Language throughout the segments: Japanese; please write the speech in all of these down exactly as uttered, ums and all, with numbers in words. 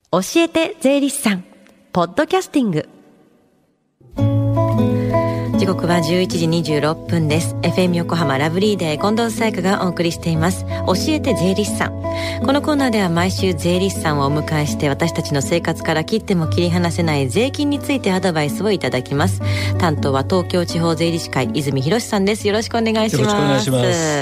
教えて税理士さんポッドキャスティング。時刻はじゅういちじにじゅうろっぷんです。 エフエム 横浜ラブリーデー近藤紗友香がお送りしています教えて税理士さん。このコーナーでは毎週税理士さんをお迎えして私たちの生活から切っても切り離せない税金についてアドバイスをいただきます。担当は東京地方税理士会泉博さんです。よろしくお願いします。 よろしくお願いします。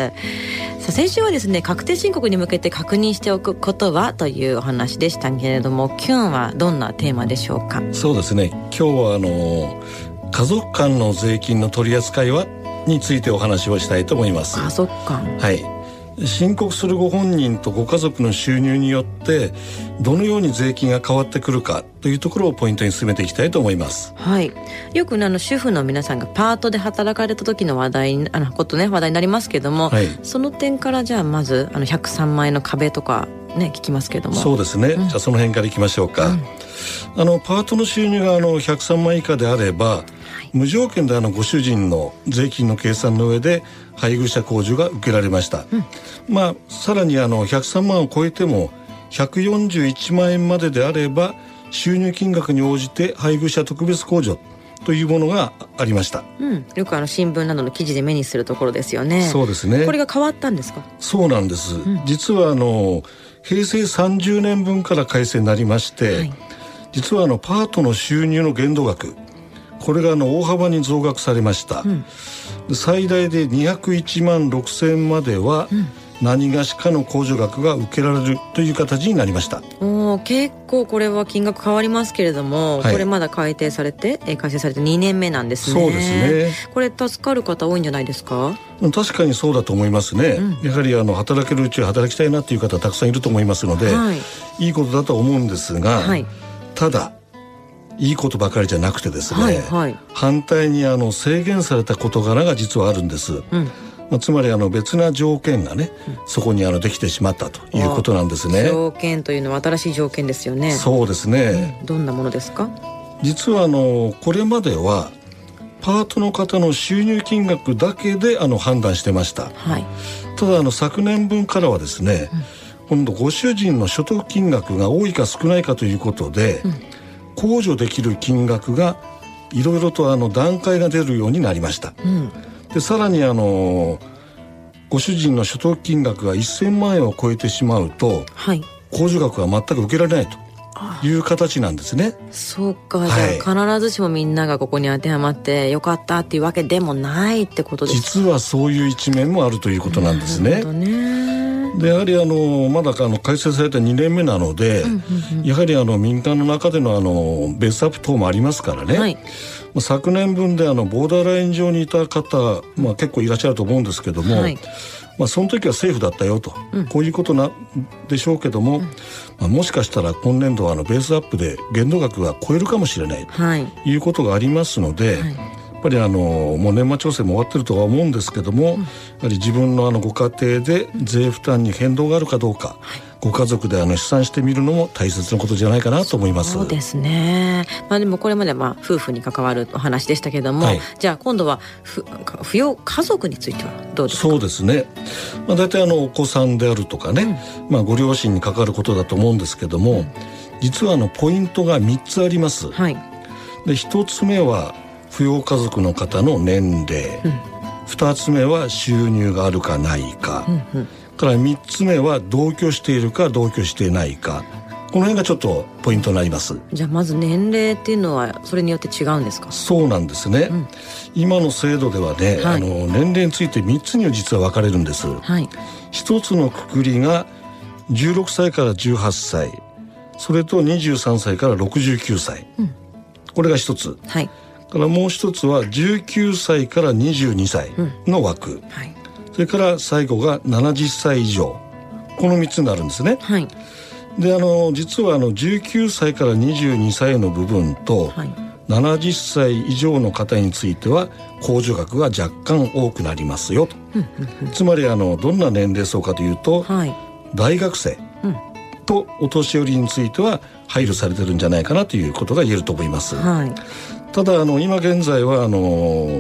さあ先週はですね、確定申告に向けて確認しておくことはというお話でしたけれども、今日はどんなテーマでしょうか。 そうですね、今日はあの家族間の税金の取り扱いはについてお話をしたいと思います。 家族間、 はい、申告するご本人とご家族の収入によってどのように税金が変わってくるかというところをポイントに進めていきたいと思います。 はい、よく、ね、あの主婦の皆さんがパートで働かれた時の話題あのこと、ね、話題になりますけども、はい、その点からじゃあまずあのひゃくさんまんえんの壁とか、ね、聞きますけども。 そうですね、うん、じゃあその辺からいきましょうか、うん、あのパートの収入があのひゃくさんまんえん以下であれば、無条件であのご主人の税金の計算の上で配偶者控除が受けられました、うん、まあ、さらにあのひゃくさんまんを超えてもひゃくよんじゅういちまんえんまでであれば収入金額に応じて配偶者特別控除というものがありました、 うん、よくあの新聞などの記事で目にするところですよね。 そうですね。 これが変わったんですか。 そうなんです、うん、実はあの平成さんじゅうねんぶんから改正になりまして、はい、実はあのパートの収入の限度額、これがあの大幅に増額されました、うん、最大でにひゃくいちまんろくせんえんまでは何がしかの控除額が受けられるという形になりました。 お、結構これは金額変わりますけれども、はい、これまだ改定されて、えー、改正されてにねんめなんですね。 そうですね。 これ助かる方多いんじゃないですか。 確かにそうだと思いますね、うん、やはりあの働けるうちは働きたいなという方たくさんいると思いますので、はい、いいことだと思うんですが、はい、ただいいことばかりじゃなくてですね、はいはい、反対にあの制限された事柄が実はあるんです、うん、まあ、つまりあの別な条件がね、うん、そこにあのできてしまったということなんですね。 条件というのは新しい条件ですよね。 そうですね、 うん、どんなものですか。 実はあのこれまではパートの方の収入金額だけであの判断してました、はい、ただあの昨年分からはですね、うん、今度ご主人の所得金額が多いか少ないかということで、うん、控除できる金額がいろいろとあの段階が出るようになりました、うん、でさらにあのご主人の所得金額がせんまんえんを超えてしまうと、はい、控除額は全く受けられないという形なんですね。 そうか、はい、じゃあ必ずしもみんながここに当てはまってよかったっていうわけでもないってことですか。 実はそういう一面もあるということなんですね。なるほどね。でやはりあのまだあの改正されたにねんめなので、うんうんうん、やはりあの民間の中でのあのベースアップ等もありますからね、はい、昨年分であのボーダーライン上にいた方、まあ、結構いらっしゃると思うんですけども、はい、まあ、その時はセーフだったよと、うん、こういうことなんでしょうけども、うん、まあ、もしかしたら今年度はあのベースアップで限度額が超えるかもしれないということがありますので、はいはい、やっぱりあのもう年末調整も終わってるとは思うんですけども、うん、やはり自分のあのご家庭で税負担に変動があるかどうか、はい、ご家族であの試算してみるのも大切なことじゃないかなと思います。 そうですね、まあ、でもこれまではまあ夫婦に関わるお話でしたけども、はい、じゃあ今度は扶養家族についてはどうですか。 そうですね、まあ、大体あのお子さんであるとかね、うん、まあ、ご両親に関わることだと思うんですけども、うん、実はあのポイントがみっつあります、はい、でひとつめは扶養家族の方の年齢、うん、ふたつめは収入があるかないか、うんうん、からみっつめは同居しているか同居していないか、この辺がちょっとポイントになります。 じゃあまず年齢っていうのはそれによって違うんですか。 そうなんですね、うん、今の制度ではね、はい、あの年齢についてみっつに実は分かれるんです、はい、ひとつのくくりがじゅうろくさいからじゅうはっさい、それとにじゅうさんさいからろくじゅうきゅうさい、うん、これがひとつ、はい、からもう一つはじゅうきゅうさいからにじゅうにさいの枠、うん、はい、それから最後がななじゅっさい以上、このみっつになるんですね、はい、であの実はあのじゅうきゅうさいからにじゅうにさいの部分と、はい、ななじゅっさい以上の方については控除額が若干多くなりますよと、うんうんうん、つまりあのどんな年齢層かというと、はい、大学生とお年寄りについては配慮されてるんじゃないかなということが言えると思います、はい、ただあの今現在はあの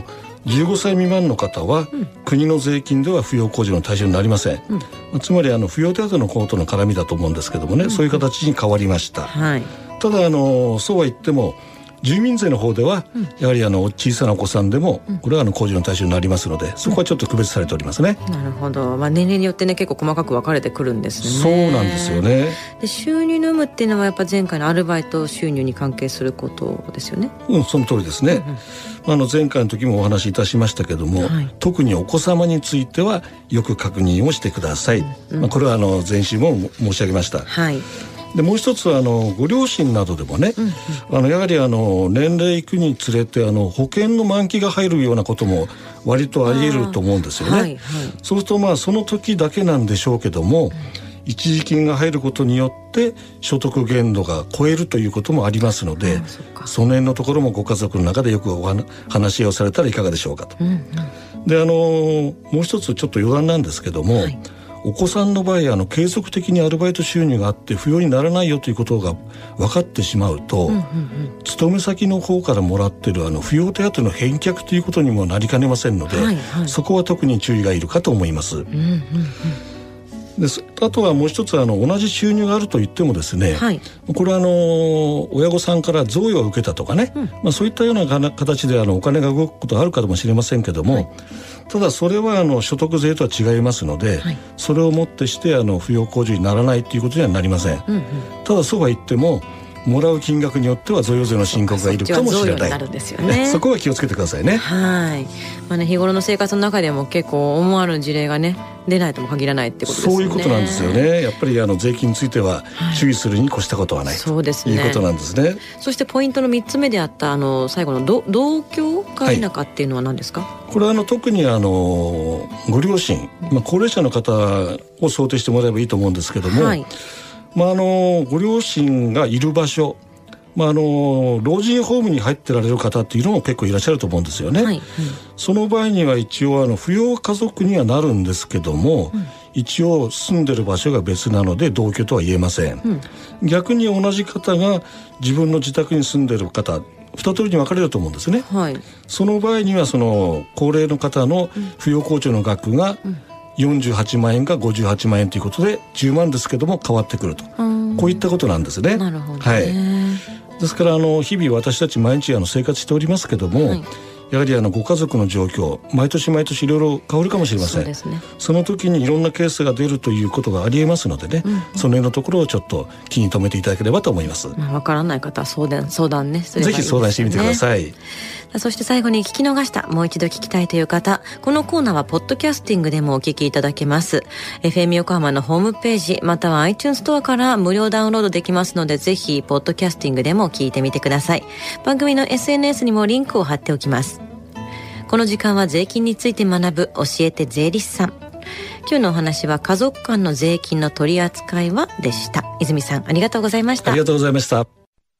じゅうごさい未満の方は、うん、国の税金では扶養控除の対象になりません、うん、つまりあの扶養手当のことの絡みだと思うんですけどもね、うん、そういう形に変わりました、はい、ただあのそうは言っても住民税の方では、うん、やはりあの小さなお子さんでもこれはあの控除の対象になりますので、そこはちょっと区別されておりますね、 うん、なるほど、まあ、年齢によってね結構細かく分かれてくるんですね。 そうなんですよね。 で収入の有無っていうのはやっぱ前回のアルバイト収入に関係することですよね。 うん、その通りですね、うんうん、あの前回の時もお話しいたしましたけども、はい、特にお子様についてはよく確認をしてください、うんうん、まあ、これはあの前週も申し上げました、はい。でもう一つはあのご両親などでもね、うんうん、あのやはりあの年齢いくにつれてあの保険の満期が入るようなことも割とあり得ると思うんですよね、はいはい、そうするとまあその時だけなんでしょうけども、うん、一時金が入ることによって所得限度が超えるということもありますので、うん、そ, その辺のところもご家族の中でよくお話をされたらいかがでしょうかと、うんうん、であのもう一つちょっと余談なんですけども、はい、お子さんの場合あの継続的にアルバイト収入があって扶養にならないよということが分かってしまうと、うんうんうん、勤め先の方からもらっているあの扶養手当の返却ということにもなりかねませんので、はいはい、そこは特に注意がいるかと思います、うんうんうん。であとはもう一つあの同じ収入があると言ってもですね、はい、これはあの親御さんから贈与を受けたとかね、うん、まあ、そういったような形であのお金が動くことがあるかもしれませんけども、はい、ただそれはあの所得税とは違いますので、はい、それをもってしてあの扶養控除にならないということにはなりません、うんうん、ただそうは言ってももらう金額によっては贈与税の申告がいるかもしれない。 そ, そ, ですよね、そこは気をつけてくださいね。 はい、まあね、日頃の生活の中でも結構思わぬ事例がね出ないとも限らないってことですよね。 そういうことなんですよね。やっぱりあの税金については注意するに越したことはない、はい、 そうですね、 いうことなんですね。 そしてポイントのみっつめであったあの最後の同居か否かっていうのは何ですか？はい、 これはあの特にあのご両親、まあ、高齢者の方を想定してもらえばいいと思うんですけども、はい、まあ、あのご両親がいる場所、まあ、あの老人ホームに入ってられる方っていうのも結構いらっしゃると思うんですよね、はい、うん、その場合には一応あの扶養家族にはなるんですけども、うん、一応住んでる場所が別なので同居とは言えません、うん、逆に同じ方が自分の自宅に住んでる方二通りに分かれると思うんですね、はい、その場合にはその高齢の方の扶養控除の額がよんじゅうはちまんえんかごじゅうはちまんえんということでじゅうまんですけども変わってくると、うん、こういったことなんですね。 なるほどね、 はい、ですからあの日々私たち毎日あの生活しておりますけども、はい、やはりあのご家族の状況毎年毎年いろいろ変わるかもしれません。 そうですね、その時にいろんなケースが出るということがありえますのでね、うんうん、その辺のところをちょっと気に留めていただければと思います。 まあ、分からない方は相談、相談ねすればいいですよね。 ぜひ相談してみてください。 そして最後に聞き逃したもう一度聞きたいという方、このコーナーはポッドキャスティングでもお聞きいただけます。 エフエム 横浜のホームページまたは iTunes ストアから無料ダウンロードできますので、ぜひポッドキャスティングでも聞いてみてください。番組の エスエヌエス にもリンクを貼っておきます。この時間は税金について学ぶ教えて税理士さん。今日のお話は家族間の税金の取り扱いはでした。泉さんありがとうございました。 ありがとうございました。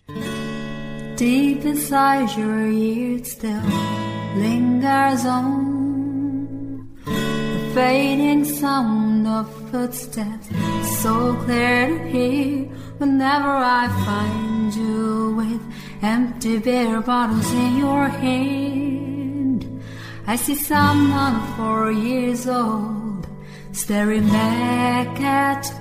Deep inside your ears still lingers on the fading sound of footsteps, so clear to hear whenever I find you with empty beer bottles in your hand. I see someone four years old staring back at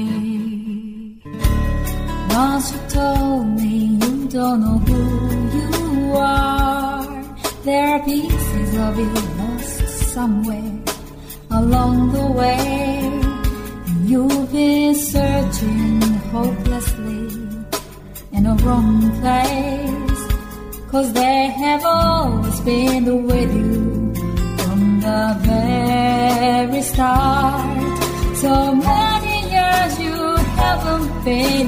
me.Once you told me you don't know who you are. There are pieces of you lost somewhere along the way, and you've been searching hopelessly in a wrong place, 'cause they have always been with you from the very start. So many years you haven't been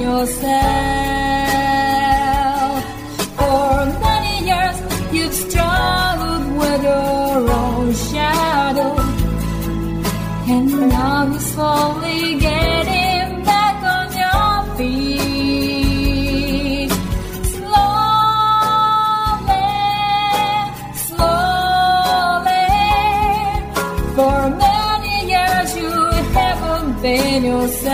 yourself. For many years you've struggled with your own shadow, and now you're slowly getting back on your feet. Slowly, slowly. For many years you haven't been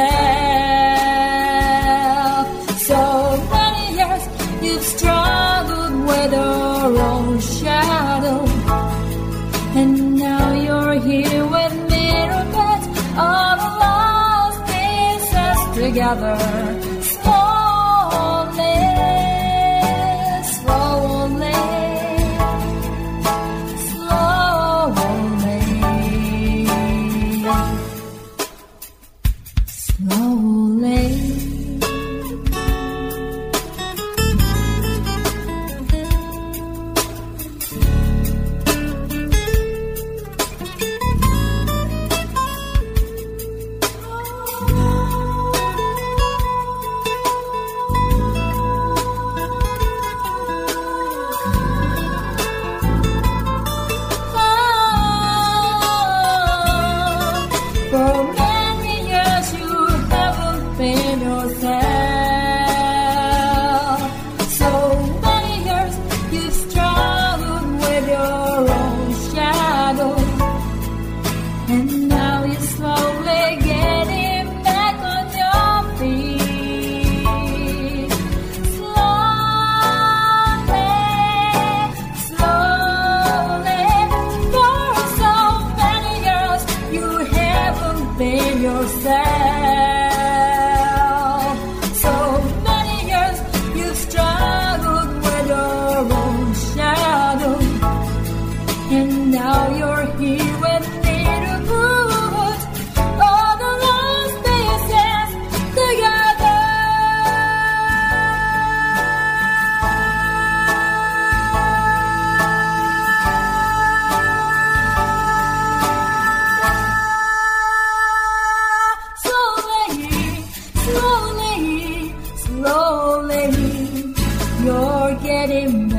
yourself.So many years you've struggled with your own shadow, together. Slowly, slowly, slowly, slowly. Slowly, you're getting